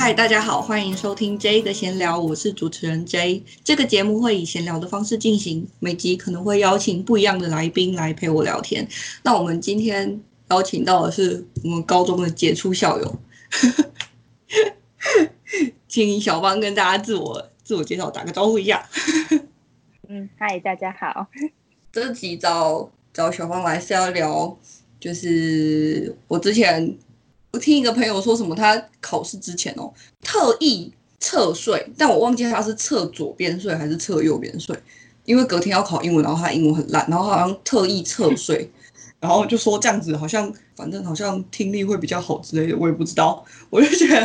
嗨，大家好，欢迎收听 J 的闲聊，我是主持人 J。这个节目会以闲聊的方式进行，每集可能会邀请不一样的来宾来陪我聊天。那我们今天邀请到的是我们高中的杰出校友，请小芳跟大家自我介绍，打个招呼一下。 嗨，大家好。 这集找小芳来是要聊，就是我之前我听一个朋友说什么，他考试之前特意侧睡，但我忘记他是侧左边睡还是侧右边睡，因为隔天要考英文，然后他英文很烂，然后好像特意侧睡，然后就说这样子好像反正好像听力会比较好之类的，我也不知道，我就觉得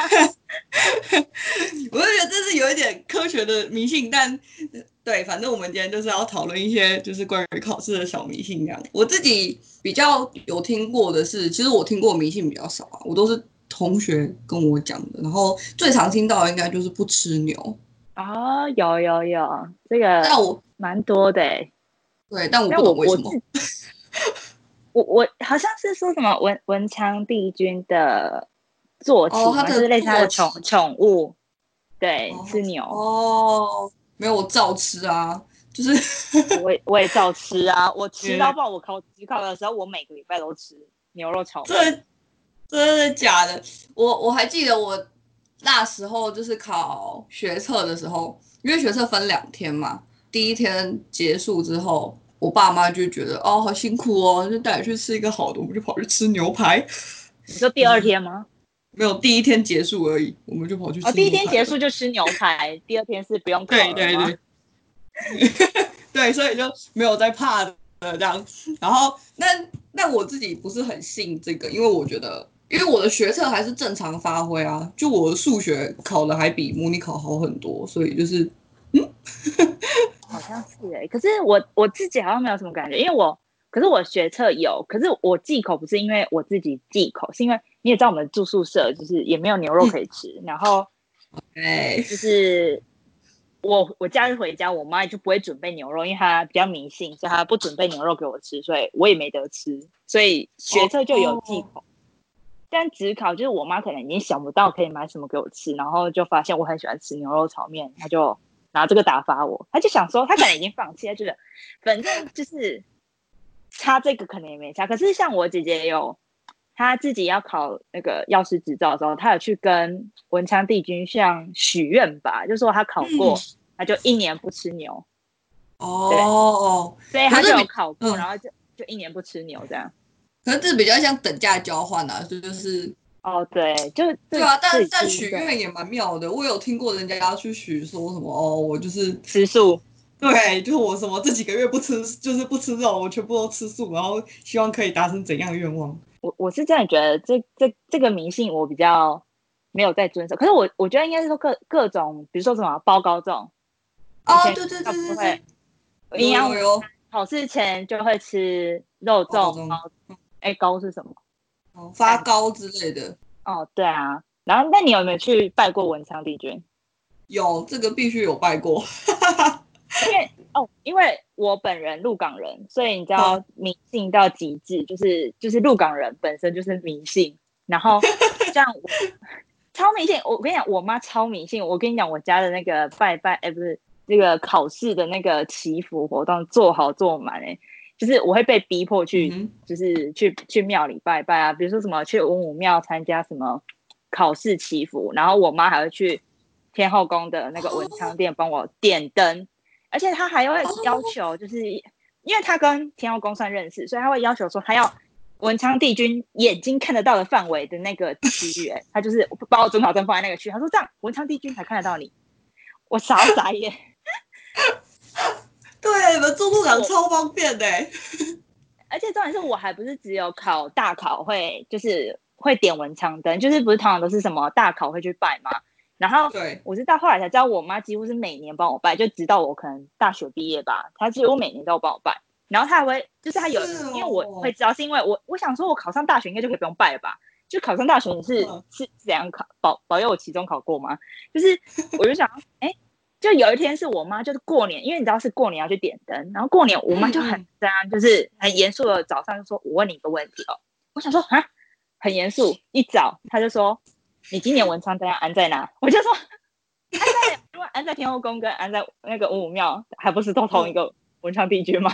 这是有一点科学的迷信，但对，反正我们今天就是要讨论一些就是关于考试的小迷信这样。我自己比较有听过的是，其实我听过迷信比较少啊，我都是同学跟我讲的，然后最常听到的应该就是不吃牛。 哦，有，这个但我蛮多的欸。 对，但我不懂为什么。 我好像是说什么文昌帝君的坐骑嘛，就是类似他的宠物，对，是牛。 哦，没有，我照吃啊，就是我也照吃啊，我吃到爆。我只考的时候，我每个礼拜都吃牛肉炒饭。 真的假的？我还记得我那时候就是考学测的时候，因为学测分2天嘛，第一天结束之后，我爸妈就觉得好辛苦哦，就带你去吃一个好的，我们就跑去吃牛排。 你说第二天吗？ 没有，第一天结束而已，我们就跑去吃牛排了。 第一天结束就吃牛排，第二天是不用考了吗？ 对，所以就没有在怕的这样。然后那我自己不是很信这个，因为我觉得，因为我的学测还是正常发挥啊，就我的数学考的还比模拟考好很多，所以就是好像是欸。可是我自己好像没有什么感觉，因为可是我学测有，可是我忌口不是因为我自己忌口，是因为你也知道我们住宿舍就是也没有牛肉可以吃，然后就是我假日回家，我妈就不会准备牛肉，因为她比较迷信，所以她不准备牛肉给我吃，所以我也没得吃，所以学测就有忌口。但指考就是我妈可能已经想不到可以买什么给我吃，然后就发现我很喜欢吃牛肉炒面，她就拿这个打发我。她就想说，她可能已经放弃，她觉得反正就是差这个可能也没差。可是像我姐姐她自己要考那个药师执照的时候，她有去跟文昌帝君像许愿吧，就说她考过，她就1年不吃牛。 哦， 所以她就有考过，然后就1年不吃牛这样。 可是这比较像等价交换啊，就是对， 对啊，但许愿也蛮妙的。我有听过人家要去许说什么我就是吃素， 对，就是我什么这几个月不吃，就是不吃肉，我全部都吃素，然后希望可以达成怎样的愿望。 我是真的觉得这个迷信我比较没有在遵守，可是我觉得应该是说各种，比如说什么包高粽， 对， 有考试前就会吃肉粽包，糕是什么？ 发糕之类的。 对啊。然后那你有没有去拜过文昌帝君？ 有，这个必须有拜过。 因为我本人鹿港人，所以你知道迷信到极致，就是鹿港人本身就是迷信，然后像我超迷信。我跟你讲，我妈超迷信。我跟你讲，我家的那个拜拜，不是那个考试的那个祈福活动做好做满就是我会被逼迫去，就是去庙里拜拜啊，比如说什么去文武庙参加什么考试祈福，然后我妈还会去天后宫的那个文昌殿帮我点灯，而且她还会要求，就是因为她跟天后宫算认识，所以她会要求说她要文昌帝君眼睛看得到的范围的那个区域，她就是把我准考证放在那个区，她说这样文昌帝君才看得到你，我傻眼。 对，你们住鹿港超方便的而且重点是我还不是只有考大考就是会点文昌灯，就是不是通常都是什么大考会去拜嘛？然后我是到后来才知道，我妈几乎是每年帮我拜，就直到我可能大学毕业吧，她几乎每年都有帮我拜。然后她还会，就是她有，因为我会知道，是因为我想说，我考上大学应该就可以不用拜了吧？就考上大学你是怎样考？保佑我期中考过吗？就是我就想，就有一天是我妈就是过年，因为你知道是过年要去点灯，然后过年我妈就很这样，就是很严肃的早上就说：“我问你一个问题哦。”我想说很严肃，一早她就说：“ 你今年文昌灯要安在哪？我就说如果安在天后宫跟安在那个文武庙，还不是都同一个文昌帝君吗？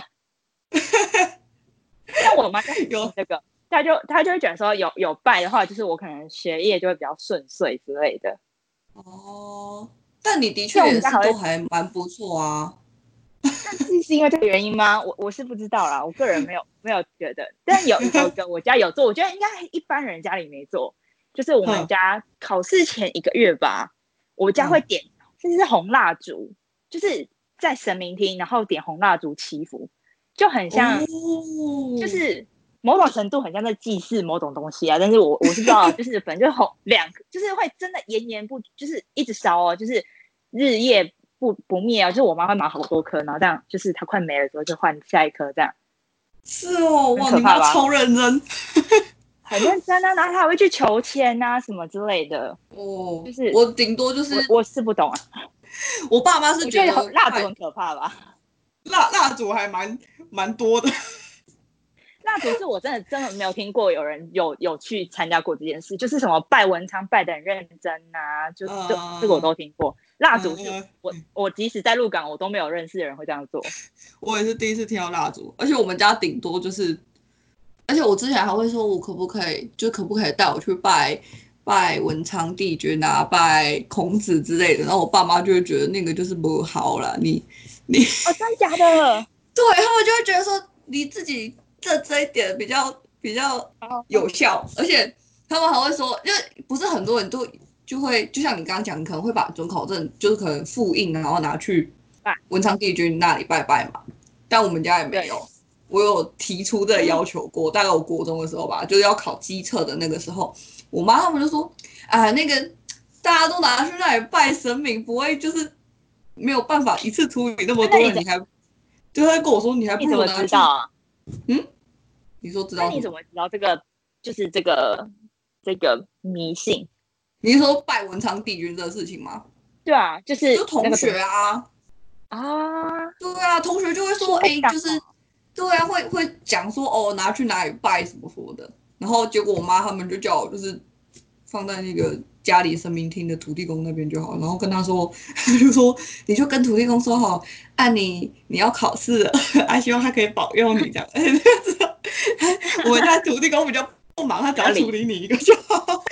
但我妈就很信这个，她就会觉得说有拜的话，就是我可能学业就会比较顺遂之类的。 哦，但你的确也是都还蛮不错啊。 但是因为这个原因吗？我是不知道啦，我个人没有觉得。但有一个我家有做，我觉得应该一般人家里没做，就是我们家考试前1个月吧，我家会点，甚至是红蜡烛，就是在神明厅，然后点红蜡烛祈福，就很像，就是某种程度很像在祭祀某种东西啊。但是我是不知道，就是反正就是会真的延延不，就是一直烧哦，就是日夜不灭啊。就是我妈会买好多颗，然后这样就是它快没了的时候就换下一颗，这样。 是哦，哇，你妈超认真。 很认真啊，然后他还会去求签啊什么之类的。 哦， 就是我顶多就是我是不懂啊。 我爸妈是觉得蜡烛很可怕吧？ 蜡烛还蛮多的。 蜡烛是我真的没有听过有人有去参加过这件事，就是什么拜文昌拜得很认真啊，就这个我都听过。蜡烛是我即使在鹿港我都没有认识的人会这样做。 我也是第一次听到蜡烛，而且我们家顶多就是，而且我之前还会说，我可不可以带我去拜文昌帝君啊，拜孔子之类的，然后我爸妈就会觉得那个就是不好啦，你哦，真的假的？ 对，他们就会觉得说你自己这一点比较有效，而且他们还会说，因为不是很多人就会，就像你刚刚讲，你可能会把准考证就是可能复印，然后拿去文昌帝君那里拜拜嘛。但我们家也没有，我有提出这个要求过，大概我国中的时候吧，就是要考基测的那个时候，我妈他们就说，啊，那个大家都拿去那里拜神明，不会就是没有办法一次处理那么多人，你还就会跟我说，你还不如拿去。 你怎么知道啊？ 你说知道？ 那你怎么知道这个？就是这个迷信？ 你是说拜文昌帝君这个事情吗？ 对啊，就是同学啊。对啊，同学就会说，就是对啊，会讲说哦，拿去哪里拜什么什么的。然后结果我妈他们就叫我就是放在那个家里神明厅的土地公那边就好，然后跟他说，就说你就跟土地公说好，你要考试了，希望他可以保佑你这样。我们家土地公比较不忙，他只要处理你一个就好。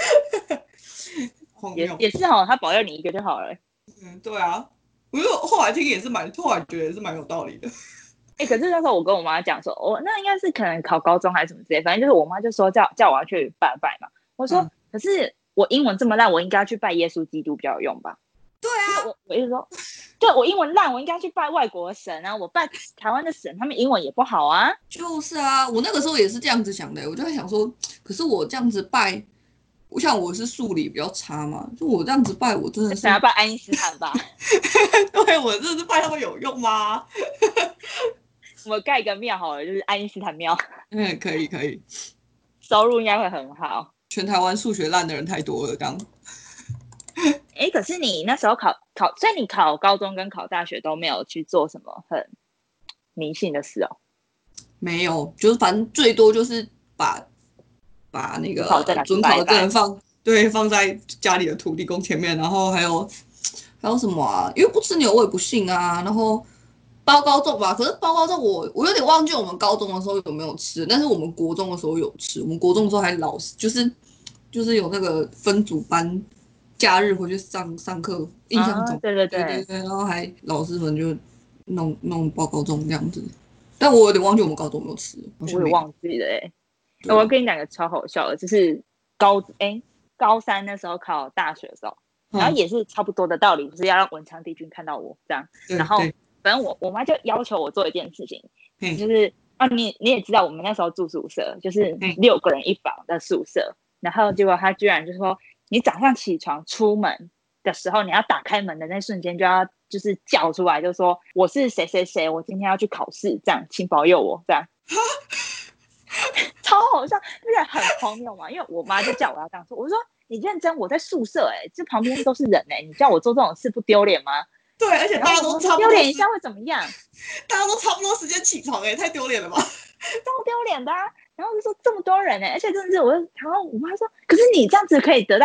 也是哦，他保佑你一个就好了。 对啊，我就后来听后来觉得也是蛮有道理的。 可是那时候我跟我妈讲说，那应该是可能考高中还是什么之类，反正就是我妈就说叫我要去拜拜嘛。我说，可是我英文这么烂，我应该去拜耶稣基督比较有用吧？ 对啊， 我一直说，对我英文烂，我应该去拜外国神啊，我拜台湾的神，他们英文也不好啊。 就是啊，我那个时候也是这样子想的，我就在想说，可是我这样子拜，我想我是数理比较差嘛，就我这样子拜，我真的是想要拜爱因斯坦吧？ 对，我真的是拜他们有用吗？ 我们盖一个庙好了，就是爱因斯坦庙。 可以， 收入应该会很好。 全台湾数学烂的人太多了，刚。 可是你那时候所以你考高中跟考大学都没有去做什么很迷信的事哦？ 没有，就是反正最多就是把那个准考证放在家里的土地公前面，然后还有什么啊？因为不吃牛我也不信啊。然后包高粽吧，可是包高粽我有点忘记我们高中的时候有没有吃，但是我们国中的时候有吃。我们国中的时候还老师就是有那个分组班，假日回去上课，印象中对， 然后还老师们就弄包高粽这样子。但我有点忘记我们高中有没有吃， 我也忘记了我要跟你讲个超好笑的，就是高三那时候考大学的时候，然后也是差不多的道理，就是要让文昌帝君看到我这样。然后反正我妈就要求我做一件事情，就是你也知道我们那时候住宿舍，就是6个人一房的宿舍，然后结果她居然就说，你早上起床出门的时候，你要打开门的那瞬间就要就是叫出来，就说我是谁谁谁，我今天要去考试，这样请保佑我这样。超好笑，就是很荒谬嘛。因为我妈就叫我要这样说，我说你认真，我在宿舍这旁边都是人你叫我做这种事不丢脸吗？ 对，而且大家都差不多丢脸一下会怎么样？ 大家都差不多时间起床太丢脸了吧？ 超丢脸的啊！然后就说这么多人而且真的是然后我妈说，可是你这样子可以得到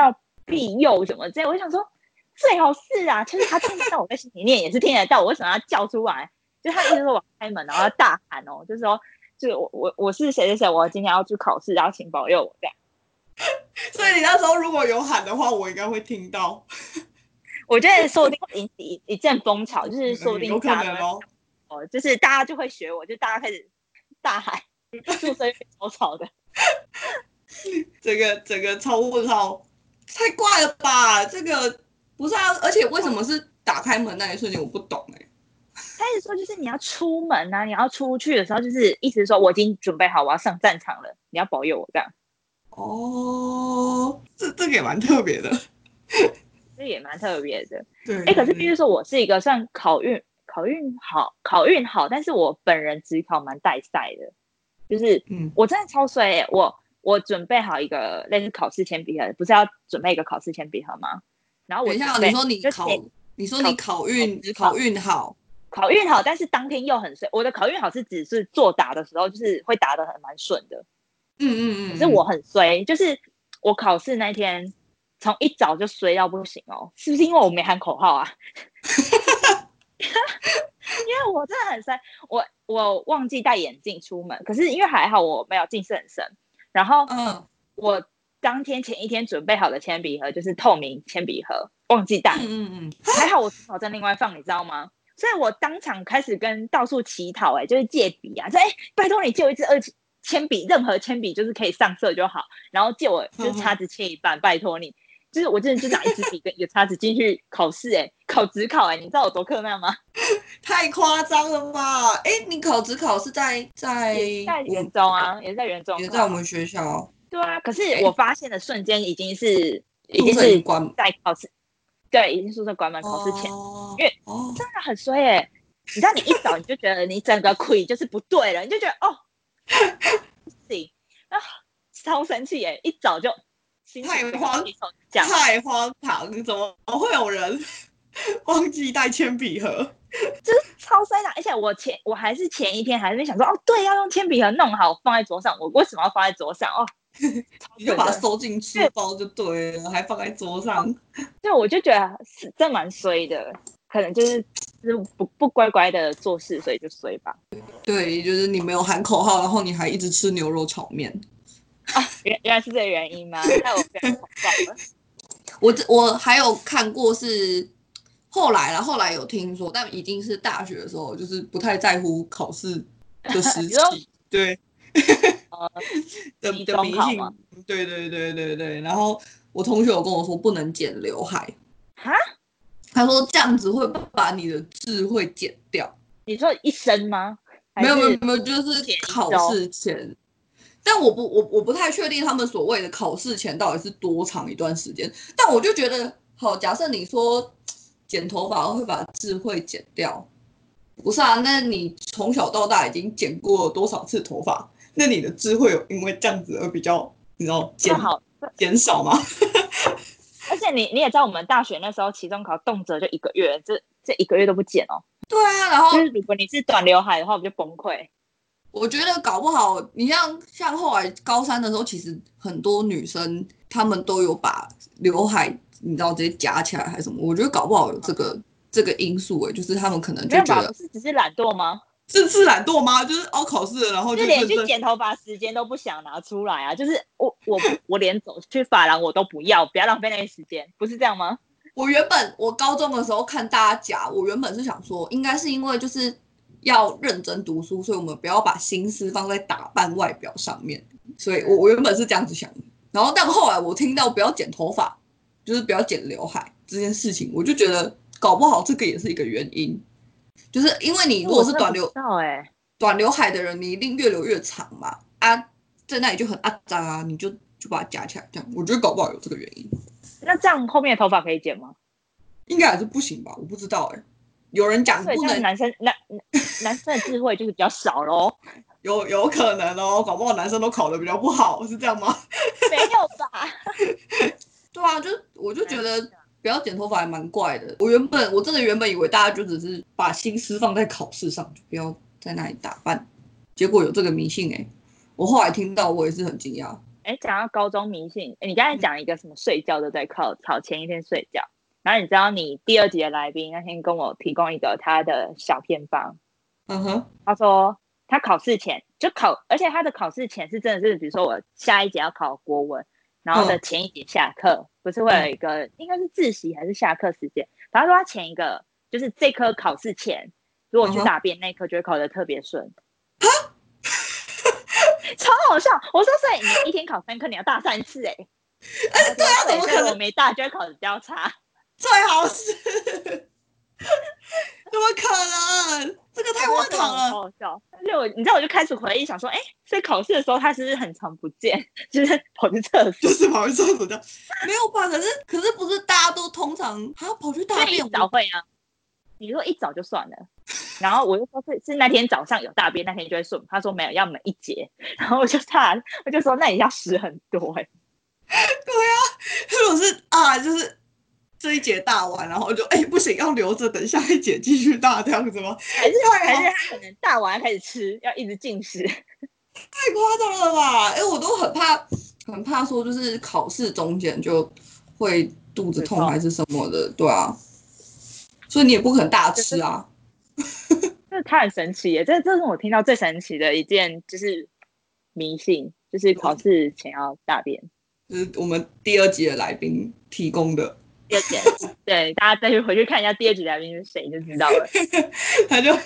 庇佑什么之类。我就想说，最好是啊，就是他听得到我在心里念，也是听得到我为什么要叫出来。就他一直说我开门，然后要大喊哦，就是说，就我是谁谁谁，我今天要去考试，然后请保佑我这样。 所以你那时候如果有喊的话，我应该会听到。 我觉得说不定会引起一阵风潮，就是说不定有可能哦，就是大家就会学我，就大家开始大喊，宿舍超吵的。 整个超问号，太怪了吧？这个不是啊，而且为什么是打开门那一瞬间我不懂他一直说就是你要出门啊，你要出去的时候，就是意思是说我已经准备好我要上战场了，你要保佑我这样。 哦，这个也蛮特别的， 这也蛮特别的。 对。 可是必须说我是一个算考运好，但是我本人只考蛮带赛的，就是我真的超衰我准备好一个类似考试铅笔盒，不是要准备一个考试铅笔盒吗？然后我等一下，你说你考运好， 考运好，但是当天又很衰。我的考运好是只是作答的时候，就是会答得很蛮顺的。可是我很衰，就是我考试那天从一早就衰到不行哦，是不是因为我没喊口号啊？因为我真的很衰，我忘记戴眼镜出门，可是因为还好我没有近视很深，然后我当天前一天准备好的铅笔盒就是透明铅笔盒，忘记带，还好我只好在另外放，你知道吗？所以我当场开始跟到处乞讨，就是借笔啊，说拜托你借我一支铅笔，任何铅笔就是可以上色就好，然后借我就是叉子切一半，拜托你。就是我真的就拿一支笔跟一个叉子进去考试，考指考，你知道我多困难吗？ 太夸张了吧！你考指考是在元中啊，也是在元中， 也在我们学校。 对啊，可是我发现的瞬间已经是在考试，对，已经宿舍关门考试前，因为真的很衰你知道你一早你就觉得你整个亏就是不对了，你就觉得不行，超生气一早就。 太荒唐！怎么会有人忘记带铅笔盒？ 就是超衰的，而且我还是前一天还是想说，对，要用铅笔盒弄好放在桌上。我为什么要放在桌上？ 你就把它收进书包就对了，还放在桌上。 对，我就觉得这蛮衰的，可能就是不乖乖的做事，所以就衰吧。 对，就是你没有喊口号，然后你还一直吃牛肉炒面。 原来是这个原因吗？那我非常恐怖了。 我还有看过是后来有听说，但已经是大学的时候，就是不太在乎考试的时期，对，的迷信，对。然后我同学有跟我说不能剪刘海，他说这样子会把你的智慧剪掉。 你说一生吗？ 没有，就是考试前。但我不太确定他们所谓的考试前到底是多长一段时间。但我就觉得，好，假设你说剪头发会把智慧剪掉，不是啊？那你从小到大已经剪过多少次头发？那你的智慧有因为这样子而比较，你知道减少吗？ 而且你也知道，我们大学那时候期中考动辄就1个月，这1个月都不剪哦。 对啊，然后就是如果你是短刘海的话，我就崩溃。 我觉得搞不好，你像后来高3的时候，其实很多女生她们都有把刘海，你知道直接夹起来还是什么？我觉得搞不好有这个因素就是她们可能就觉得是只是懒惰吗？ 是懒惰吗？就是考试了，然后就连去剪头发时间都不想拿出来啊！就是我连走去发廊我都不要浪费那些时间，不是这样吗？ 我高中的时候看大家夹，我原本是想说，应该是因为就是要认真读书，所以我们不要把心思放在打扮外表上面。所以我原本是这样子想的。然后但后来我听到不要剪头发，就是不要剪刘海这件事情，我就觉得搞不好这个也是一个原因。就是因为你如果是短刘海的人，你一定越留越长嘛，在那里就很肮脏啊，你就把它夹起来，这样我觉得搞不好有这个原因。 那这样后面的头发可以剪吗？ 应该还是不行吧，我不知道有人讲不能。 男生的智慧就是比较少咯。 有可能搞不好男生都考得比较不好，是这样吗？ 没有吧？ 对啊，我就觉得不要剪头发还蛮怪的。我真的原本以为大家就只是把心思放在考试上，就不要在那里打扮。结果有这个迷信我后来听到我也是很惊讶。 讲到高中迷信，你刚才讲一个什么睡觉对不对？考前一天睡觉，然后你知道你第二集的来宾那天跟我提供一个他的小偏方，他说他考试前就考，而且他的考试前是真的是，比如说我下一节要考国文，然后的前一节下课，不是会有一个应该是自习还是下课时间，他说他前一个就是这科考试前，如果去大便那一科就会考得特别顺。超好笑！我说，所以你一天考3科，你要大3次对啊，怎么可能？ 我没大就会考得比较差。 最好是，怎么可能？这个太荒唐了， 好好笑。而且你知道，我就开始回忆，想说，所以考试的时候他是不是很常不见，就是跑去厕所， 就是跑去厕所的，没有吧？可是不是大家都通常还要跑去大便？ 一早会啊。你说一早就算了，然后我就说是那天早上有大便，那天就会顺。他说没有，要每一节。然后我就说那你要屎很多对啊，如果是就是这一节大完，然后就不行，要留着等下一节继续大这样子吗？ 还是他可能大完开始吃，要一直进食， 太夸张了吧？我都很怕说就是考试中间就会肚子痛还是什么的，对啊。所以你也不可能大吃啊。 这他很神奇耶！这是我听到最神奇的一件，就是迷信，就是考试前要大便。 就是我们第二集的来宾提供的。 第二集，对，大家再去回去看一下第二集来宾是谁就知道了。 他就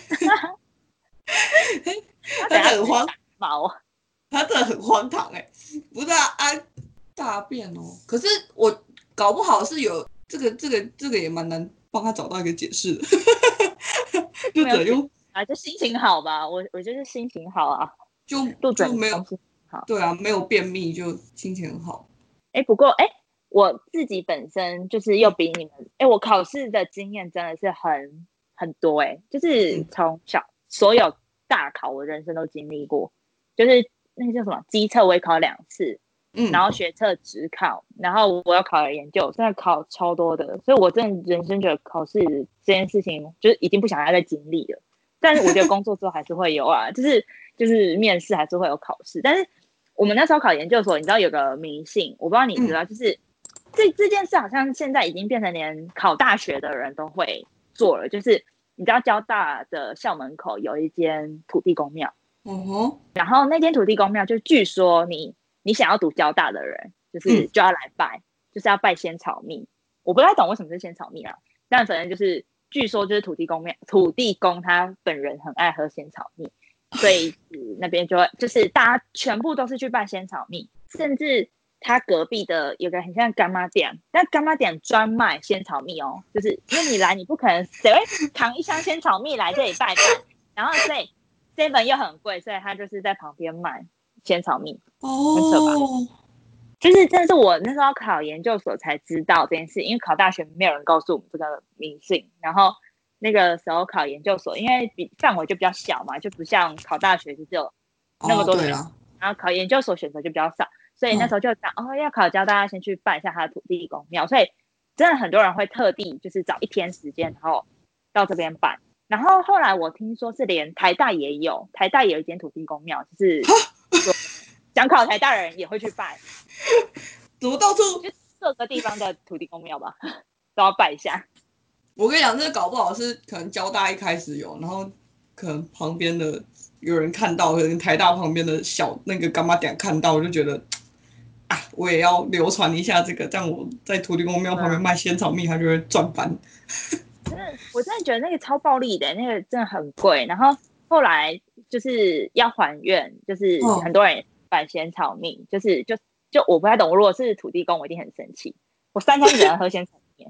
他很荒毛， 他真的很荒唐不是大便哦。可是我搞不好是有这个也蛮难帮他找到一个解释的。就只用就心情好吧，我就是心情好啊， 就没有好，对啊，没有便秘就心情很好。 不过我自己本身就是又比你们我考试的经验真的是很多就是从小所有大考我人生都经历过，就是那个叫什么基测我也考2次，然后学测指考，然后我要考研究，真的考超多的，所以我真的人生觉得考试这件事情就是已经不想要再经历了。但是我觉得工作之后还是会有啊，就是面试还是会有考试。但是我们那时候考研究所，你知道有个迷信，我不知道你知道，就是这件事好像现在已经变成连考大学的人都会做了，就是你知道交大的校门口有一间土地公庙，然后那间土地公庙就据说你想要读交大的人，就要来拜，就是要拜仙草蜜。我不太懂为什么是仙草蜜啊，但反正就是据说就是土地公他本人很爱喝仙草蜜，所以那边就是大家全部都是去拜仙草蜜，甚至他隔壁的有个很像干妈店，但干妈店专卖仙草蜜哦，就是因为你来你不可能谁会扛一箱仙草蜜来这里拜拜，然后所以 7 又很贵，所以他就是在旁边卖仙草蜜，很扯吧？就是真的是我那时候考研究所才知道这件事，因为考大学没有人告诉我们这个迷信，然后那个时候考研究所，因为范围就比较小嘛，就不像考大学就只有那么多选择，然后考研究所选择就比较少，所以那时候就想要考交大家先去拜一下他的土地公庙，所以真的很多人会特地就是找一天时间，然后到这边拜。然后后来我听说是连台大也有一间土地公庙，就是想考台大的人也会去拜。 怎么到处就各个地方的土地公庙吧，都要拜一下。 我跟你讲，这搞不好是可能交大一开始有，然后可能旁边的有人看到，可能台大旁边的小那个干妈店看到，我就觉得，我也要流传一下这个，这样我在土地公庙旁边卖仙草蜜，它就会赚翻。 我真的觉得那个超暴利的，那个真的很贵。然后后来就是要还愿，就是很多人也拜仙草蜜，就我不太懂，如果是土地公，我一定很生气。我3餐只能喝仙草蜜，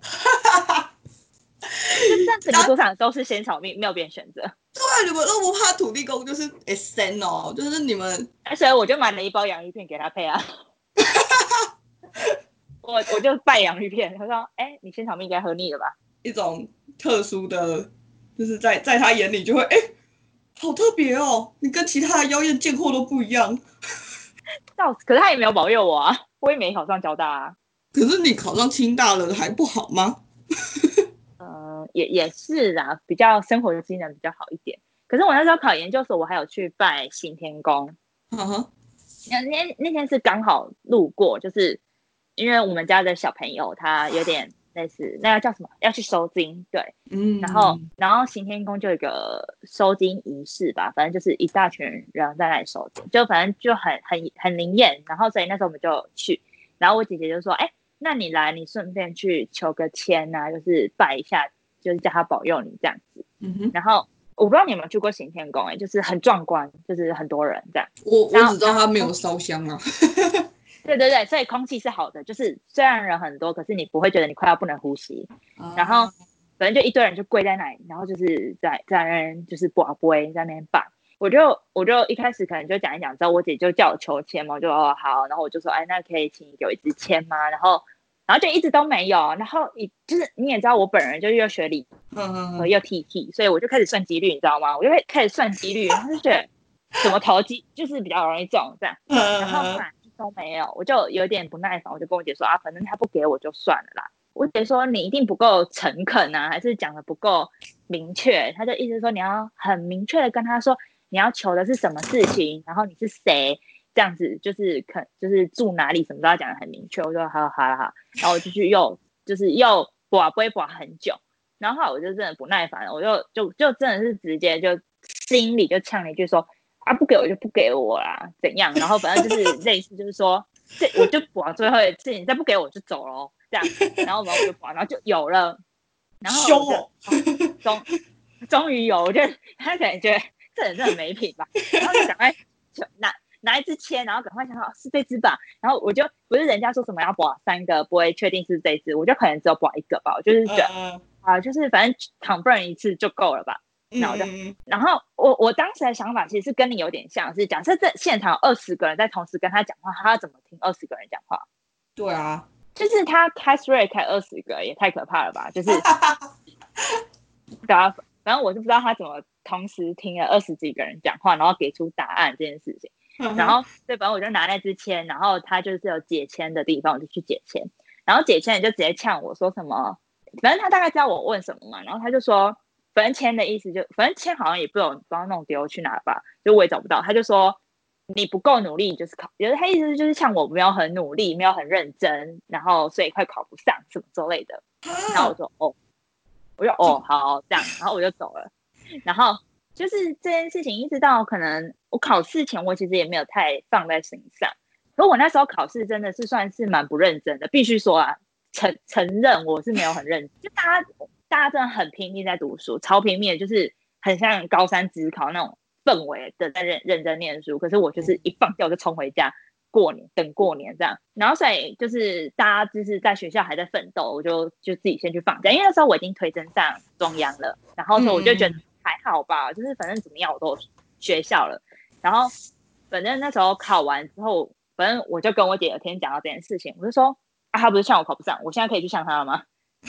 就这整个桌上都是仙草蜜，没有别人选择。 对，你们都不怕土地公就是神哦，就是你们。 所以我就买了一包洋芋片给他配啊。我就拜洋芋片，他说：“你仙草蜜应该喝腻了吧？” 一种特殊的，就是在他眼里就会好特别哦，你跟其他的妖艳贱货都不一样。 可是他也没有保佑我啊，我也没考上交大啊。 可是你考上清大了还不好吗？ 也是啦，比较生活的机能比较好一点。可是我那时候考研究所，我还有去拜行天宫。 那天是刚好路过，就是因为我们家的小朋友他有点类似那个叫什么，要去收金，对，然后行天宫就有一个收金仪式吧，反正就是一大群人在那里收金，就反正就很灵验，然后所以那时候我们就去，然后我姐姐就说，哎，那你来，你顺便去求个签啊，就是拜一下，就是叫他保佑你这样子，然后。我不知道你有没有去过行天宫，就是很壮观，就是很多人这样。 我只知道他没有烧香啊。 对对对，所以空气是好的，就是虽然人很多，可是你不会觉得你快要不能呼吸。然后反正就一堆人就跪在那里，然后就是在那边就是跋杯在那边拜。我就一开始可能就讲一讲，之后我姐就叫我求签嘛，我就好，然后我就说，哎，那可以请你给我一支签吗？然后就一直都没有，然后就是你也知道我本人就又学理又 TT， 所以我就开始算几率，你知道吗？我就开始算几率，然后就觉得怎么投机就是比较容易中这样，然后后来都没有，我就有点不耐烦，我就跟我姐说啊，反正他不给我就算了啦。我姐说你一定不够诚恳啊，还是讲的不够明确？他就意思说你要很明确的跟他说你要求的是什么事情，然后你是谁。这样子就是就是住哪里什么都要讲的很明确，我说好，然后我就去又拔杯拔很久，然后后来我就真的不耐烦了，我就真的是直接就心里就呛了一句说啊不给我就不给我啦，怎样？然后反正就是类似就是说我就拔最后一次，你再不给我就走咯，这样，然后我就拔，然后就有了，然后凶哦， 终于有，我就他可能觉得这人真的没品吧，然后就赶快拿一支签，然后赶快想到是这支吧，然后我就不是人家说什么要拔3个，不会确定是这支，我就可能只有拔1个吧，我就是觉得就是反正confirm一次就够了吧。那我就，然后我当时的想法其实是跟你有点像，是假设这现场有20个人在同时跟他讲话，他要怎么听20个人讲话？ 对啊， 就是他开 rate 开20个，也太可怕了吧？就是对啊，反正我是不知道他怎么同时听了20几个人讲话，然后给出答案这件事情。然后对，反正我就拿那支签，然后他就是有解签的地方，我就去解签。然后解签人就直接呛我说什么，反正他大概知道我问什么嘛，然后他就说，反正签的意思就，反正签好像也不知道弄丢去哪吧，就我也找不到。他就说你不够努力，就是考，他意思就是像我没有很努力，没有很认真，然后所以快考不上什么之类的。然后我说好这样，然后我就走了。然后就是这件事情，一直到可能我考试前，我其实也没有太放在心上。可我那时候考试真的是算是蛮不认真的，必须说啊，承认我是没有很认真，就大家真的很拼命在读书，超拼命的，就是很像高三指考那种氛围的在认真念书。可是我就是一放假我就冲回家。等过年这样，然后所以就是大家就是在学校还在奋斗，我就自己先去放假，因为那时候我已经推甄上中央了，然后所以我就觉得还好吧，就是反正怎么样我都有学校了，然后反正那时候考完之后，反正我就跟我姐有天讲到这件事情，我就说啊，他不是呛我考不上，我现在可以去呛他了吗？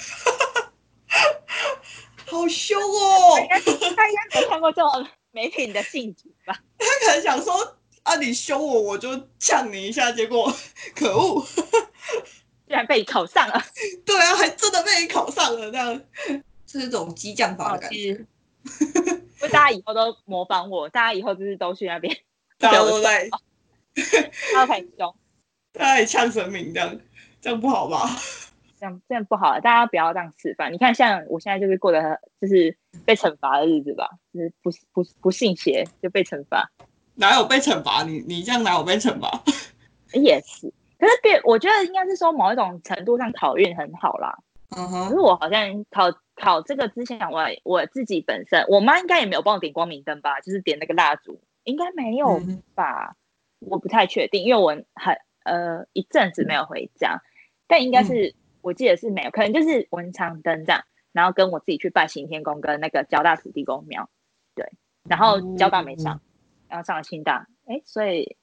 好凶哦！ 他应该没看过这么没品的性质吧？ 他可能想说啊，你凶我就呛你一下，结果可恶， 居然被你考上了。 对啊，还真的被你考上了，这样是一种激将法的感觉。 所以大家以后都模仿我，大家以后就是都去那边， 大家都在， 他很凶， 大家呛神明这样不好吧？ 这样不好，大家不要这样示范。你看，像我现在就是过得就是被惩罚的日子吧，就是不信邪就被惩罚。 哪有被惩罚？你这样哪有被惩罚？ 也是，可是我觉得应该是说某一种程度上考运很好啦。可是我好像考这个之前，我自己本身，我妈应该也没有帮我点光明灯吧，就是点那个蜡烛，应该没有吧？我不太确定，因为我一阵子没有回家，但应该是我记得是没有，可能就是文昌灯这样，然后跟我自己去拜行天宫跟那个交大土地公庙，对，然后交大没上，然后上了清大，所以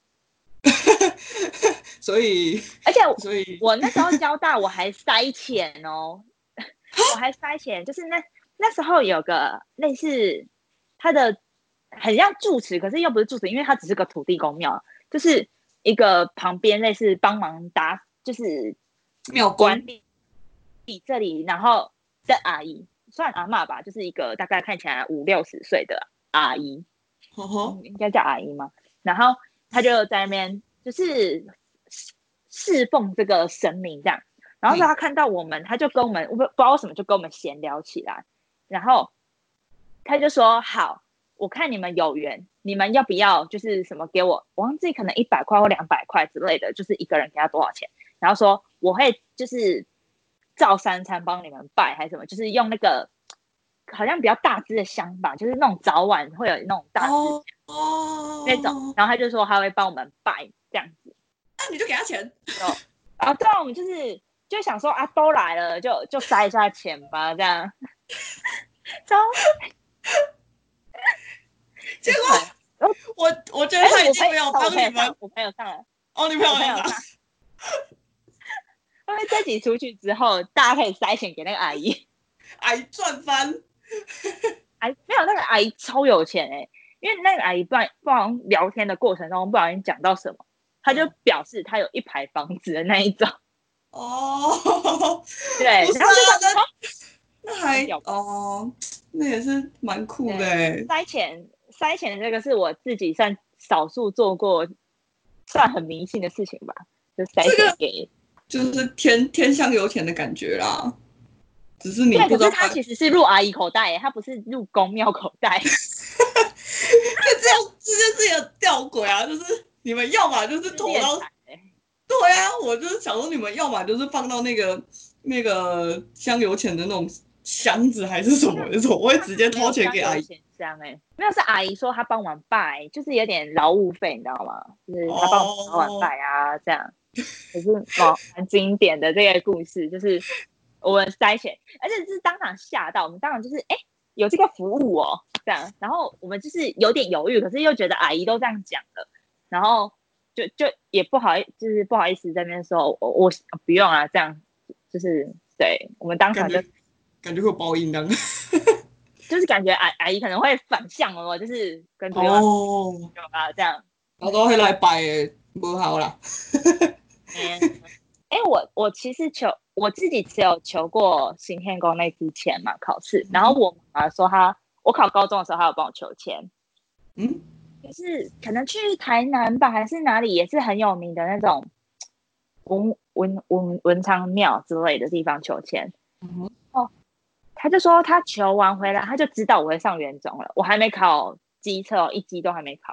而且我那时候交大我还塞钱哦，我还塞钱，就是那时候有个类似它的很像住持，可是又不是住持，因为它只是个土地公庙，就是一个旁边类似帮忙就是庙管理这里，然后的阿姨算阿嬷吧，就是一个大概看起来50-60岁的阿姨，应该叫阿姨吗？然后他就在那边就是侍奉这个神明这样。然后他看到我们，他就跟我们，我不知道为什么就跟我们闲聊起来。然后他就说：“好，我看你们有缘，你们要不要就是什么给我忘记可能100块或200块之类的，就是一个人给他多少钱？然后说我会就是照三餐帮你们拜还是什么，就是用那个好像比较大支的香吧，就是那种早晚会有那种大支那种。然后他就说他会帮我们拜这样子。 那你就给他钱。 对啊，我们就想说啊，都来了就塞一下钱吧，这样。 结果我觉得他已经没有帮你们。 我朋友上了。 你朋友上。 因为这集出去之后，大家可以塞钱给那个阿姨， 阿姨赚翻。 没有，那个阿姨超有钱因为那个阿姨不然聊天的过程中不小心讲到什么，她就表示她有1排房子的那一种。对，然后就那还那也是蛮酷的塞钱这个是我自己算少数做过算很迷信的事情吧，就塞钱给， 就是天上有钱的感觉啦。只是你不知道， 可是他其实是入阿姨口袋他不是入公庙口袋。 这件事情吊诡啊，就是你们要嘛就是投到，对啊，我就是想说你们要嘛就是放到那个香油钱的那种箱子还是什么的时候，我会直接掏钱给阿姨。 没有，是阿姨说她帮忙拜，就是有点劳务费，你知道吗？就是她帮我们帮忙拜啊，这样。可是蛮经典的这个故事，就是我们塞钱，而且是当场吓到我们，当场就是有这个服务这样。然后我们就是有点犹豫，可是又觉得阿姨都这样讲了，然后就也不好意思在那边说我不用啊，这样就是对我们当场就感觉会有报应的。 就是感觉阿姨可能会反向就是跟对方这样， 然后会来拜不好啦。 我其实我自己只有求过行天宫那支签嘛考试，然后我妈说我考高中的时候她有帮我求签，就是可能去台南吧还是哪里也是很有名的那种文昌庙之类的地方求签。他就说他求完回来他就知道我会上元中了，我还没考基测一基都还没考。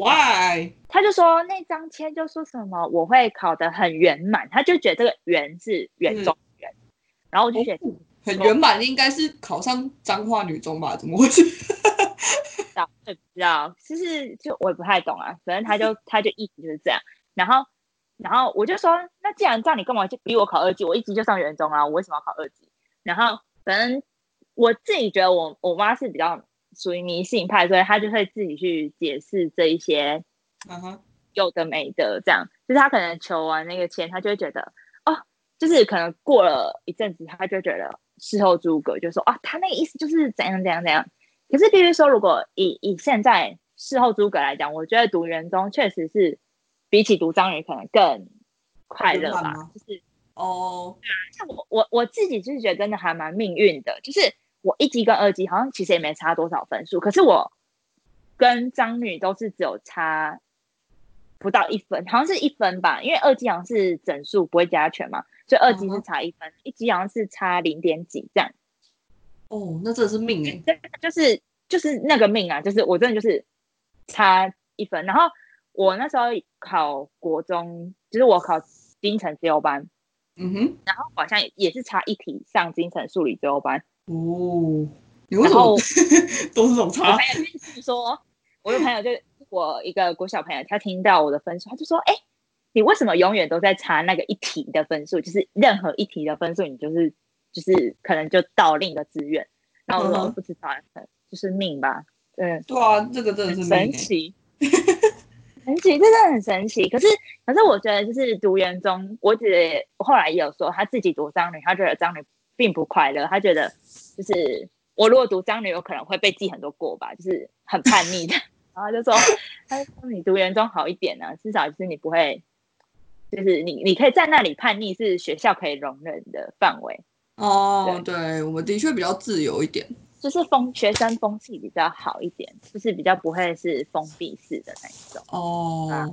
Why？ 他就说那张签就说什么我会考得很圆满，他就觉得这个圆是元中圆，然后我就觉得很圆满应该是考上彰化女中吧？怎么回事？ 不知道，就是就我也不太懂啊，反正他就意思就是这样。然后我就说那既然这样你干嘛就逼我考2级？我1级就上元中啊，我为什么要考2级？然后反正我自己觉得我妈是比较属于迷信派，所以她就会自己去解释这一些有的没的，这样就是她可能求完那个签，她就会觉得就是可能过了一阵子，她就觉得事后诸葛就说她那个意思就是怎样怎样怎样。可是必须说，如果以现在事后诸葛来讲，我觉得读元中确实是比起读章鱼可能更快乐吧，就是像我自己就是觉得真的还蛮命运的，就是我1级跟2级好像其实也没差多少分数，可是我跟章女都是只有差不到1分，好像是1分吧，因为2级好像是整数不会加权嘛，所以2级是差1分，1级好像是差0点几这样。 那真的是命就是那个命啊，就是我真的就是差1分。然后我那时候考国中，就是我考精诚自由班，然后好像也是差1题上精诚数理自由班。 你为什么都是这种差？ 我的朋友就我一个国小朋友，他听到我的分数，他就说：“你为什么永远都在差那个1题的分数？就是任何1题的分数，你就是可能就到另一个志愿。”然后我说：“不知道，就是命吧。” 对啊，这个真的是命神奇，神奇，真的很神奇。可是我觉得就是读元中，我后来也有说他自己读章女，他觉得章女并不快乐，他觉得就是我如果读章女，有可能会被记很多过吧，就是很叛逆的。然后就说你读元中好一点呢，至少就是你不会，就是你可以在那里叛逆，是学校可以容忍的范围。 对，我们的确比较自由一点， 就是学生风气比较好一点，就是比较不会是封闭式的那一种。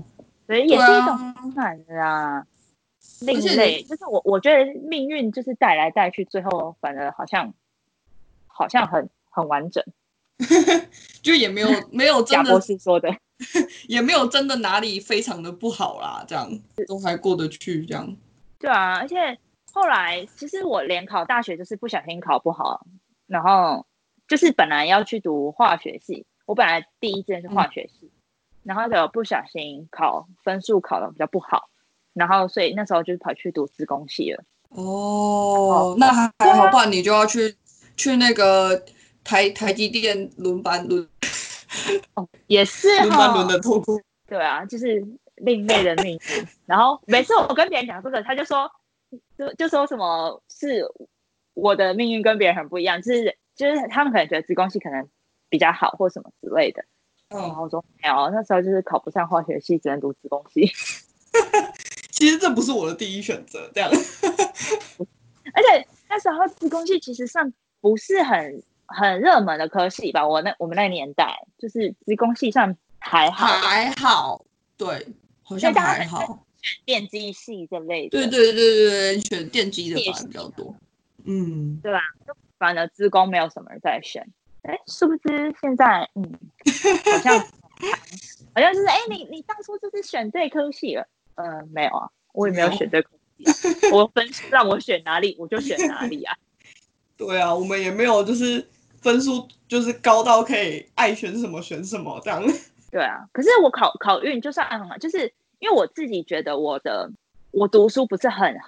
所以也是一种难啊，另类。就是我觉得命运就是带来带去，最后反而好像很完整， 就也没有真的贾博士说的， 也没有真的哪里非常的不好啦，这样都还过得去这样。 对啊，而且后来其实我联考大学就是不小心考不好，然后就是本来要去读化学系，我本来第一志愿是化学系，然后就不小心分数考的比较不好，然后所以那时候就是跑去读资工系了。 哦，那还好，不然你就要去那个台积电轮班也是轮班轮的痛苦。 对啊，就是另类的命运。然后每次我跟别人讲这个，他就说什么是我的命运跟别人很不一样，就是他们可能觉得资工系可能比较好或什么之类的。然后我说没有，那时候就是考不上化学系，只能读资工系。 其实这不是我的第一选择，这样。 而且那时候资工系其实算不是很热门的科系吧，我们那个年代就是资工系算还好， 对，好像还好。 选电机系这类的，对，选电机的反而比较多。 对吧？反而资工没有什么人在选。殊不知现在好像就是你当初就是选对科系了。没有啊，我也没有选对科系啊。我分数让我选哪里我就选哪里啊。 对啊，我们也没有就是分数就是高到可以爱选什么选什么这样。 对啊，可是我考运就算很好，就是因为我自己觉得我读书不是很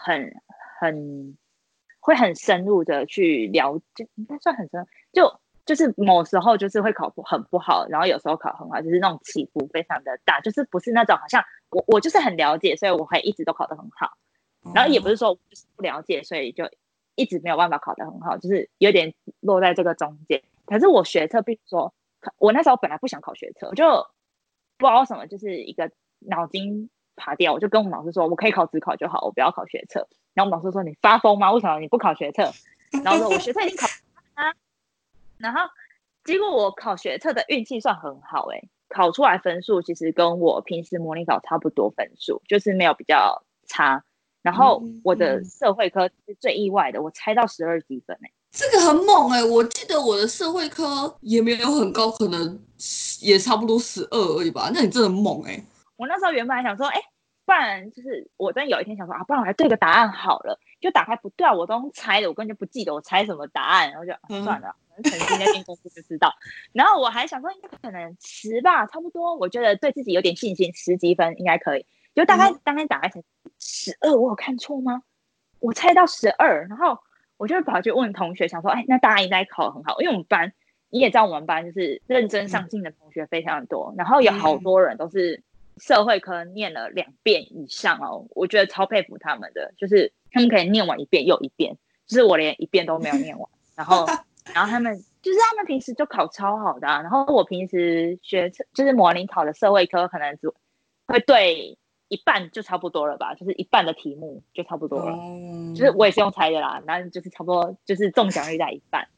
会很深入的去了解，应该算很深，就是某时候就是会考很不好，然后有时候考很好，就是那种起伏非常的大，就是不是那种好像我就是很了解，所以我会一直都考得很好，然后也不是说我就是不了解，所以就一直没有办法考得很好，就是有点落在这个中间。可是我学测，比如说我那时候本来不想考学测，我就不知道为什么，就是一个脑筋爬掉，我就跟我们老师说，我可以考指考就好，我不要考学测。然后我们老师说你发疯吗？为什么你不考学测？然后说我学测已经考啊，然后结果我考学测的运气算很好考出来分数其实跟我平时模拟考差不多分数，就是没有比较差。然后我的社会科是最意外的，我猜到12几分这个很猛我记得我的社会科也没有很高，可能也差不多12而已吧。那你真的猛我那时候原本还想说，不然就是我真有一天想说不然我来对个答案好了，就打开不对我都猜的，我根本就不记得我猜什么答案，然后就算了，可能曾经那天功夫就知道。然后我还想说应该可能10吧，差不多，我觉得对自己有点信心，10几分应该可以。就大概当天打开成12，我有看错吗？我猜到12，然后我就跑去问同学，想说，那大家应该考得很好，因为我们班你也知道，我们班就是认真上进的同学非常多，然后有好多人都是社会科念了2遍以上哦，我觉得超佩服他们的，就是他们可以念完1遍又1遍，就是我连1遍都没有念完，然后他们平时就考超好的然后我平时就是模拟考的社会科可能只会对一半就差不多了吧，就是一半的题目就差不多了，就是我也是用猜的啦，然后就是差不多就是中奖率在一半，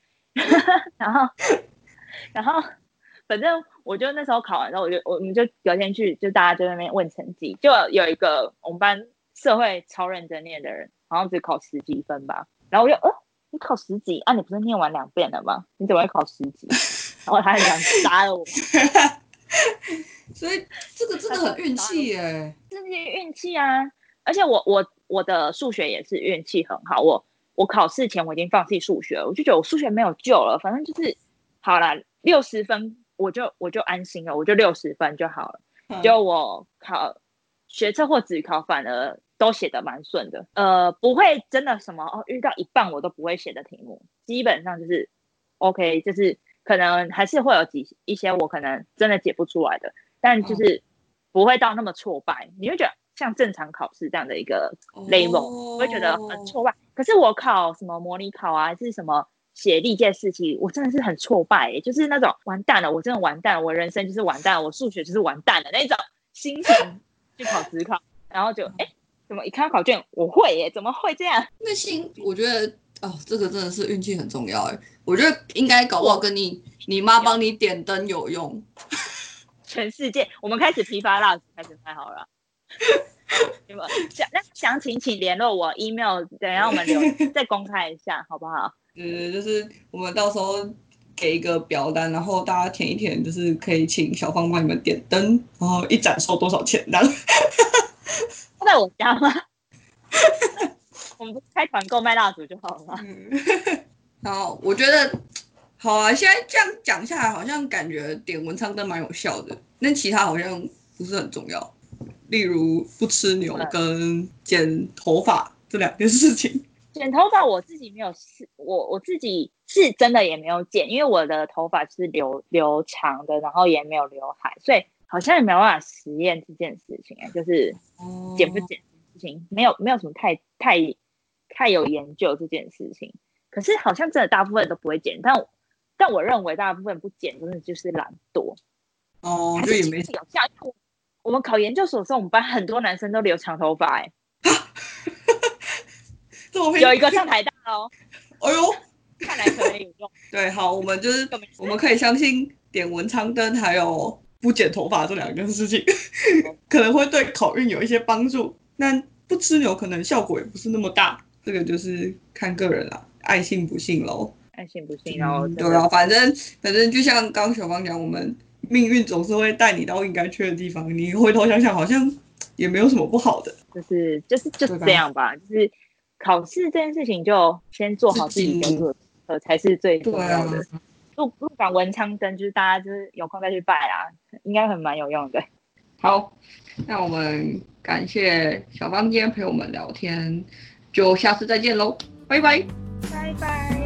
然后反正我就那时候考完之后，我们就隔天去，就大家就在那边问成绩，就有一个我们班社会超认真念的人，好像只考10几分吧，然后我就你考10几啊？你不是念完2遍了吗？你怎么会考10几？然后他很想杀了我。 所以这个真的很运气这是运气啊！而且我的数学也是运气很好，我考试前我已经放弃数学了，我就觉得我数学没有救了，反正就是好啦，60分我就安心了，我就60分就好了。就我考学测或指考反而都写得蛮顺的，不会真的什么遇到一半我都不会写的题目，基本上就是 OK， 就是可能还是会有一些我可能真的解不出来的。但就是不会到那么挫败，你会觉得像正常考试这样的一个 level，会觉得很挫败。可是我考什么模拟考啊，还是什么写历届试题，我真的是很挫败就是那种完蛋了，我真的完蛋了，我人生就是完蛋了，我数学就是完蛋了那种心情去考指考，然后就怎么一看到考卷我会怎么会这样？ 那我觉得这个真的是运气很重要我觉得应该搞不好跟你妈帮你点灯有用。 全世界，我们开始批发蜡烛，开始卖好了。 你们那详情请联络我 email， 等一下我们再公开一下，好不好？ 就是我们到时候给一个表单，然后大家填一填，就是可以请小芳帮你们点灯，然后一盏收多少钱这样。 在我家吗？我们不开团购卖蜡烛就好了吗？ 好，我觉得好啊。现在这样讲下来，好像感觉点文昌灯蛮有效的，但其他好像不是很重要。例如不吃牛跟剪头发这2件事情。 剪头发我自己没有试，我自己是真的也没有剪，因为我的头发是留长的，然后也没有刘海，所以好像也没有办法实验这件事情，就是剪不剪这件事情，没有什么太有研究这件事情。可是好像真的大部分都不会剪，但我认为大部分不剪真的就是懒惰。 就也没有效。我们考研究所的时候，我们班很多男生都留长头发，有一个上台大哦。 哎呦， 看来可能有用。 对，好，我们可以相信点文昌灯还有不剪头发这2件事情，可能会对考运有一些帮助。但不吃牛可能效果也不是那么大，这个就是看个人啦，爱信不信咯。 爱信不信咯。 对啊，反正就像刚刚小芳讲，我们命运总是会带你到应该去的地方，你回头想想，好像也没有什么不好的。 就是这样吧，就是考试这件事情就先做好自己该做的才是最重要的。不管文昌灯，就是大家就是有空再去拜啦，应该很蛮有用的。 好，那我们感谢小芳今天陪我们聊天，就下次再见喽，拜拜， 拜拜。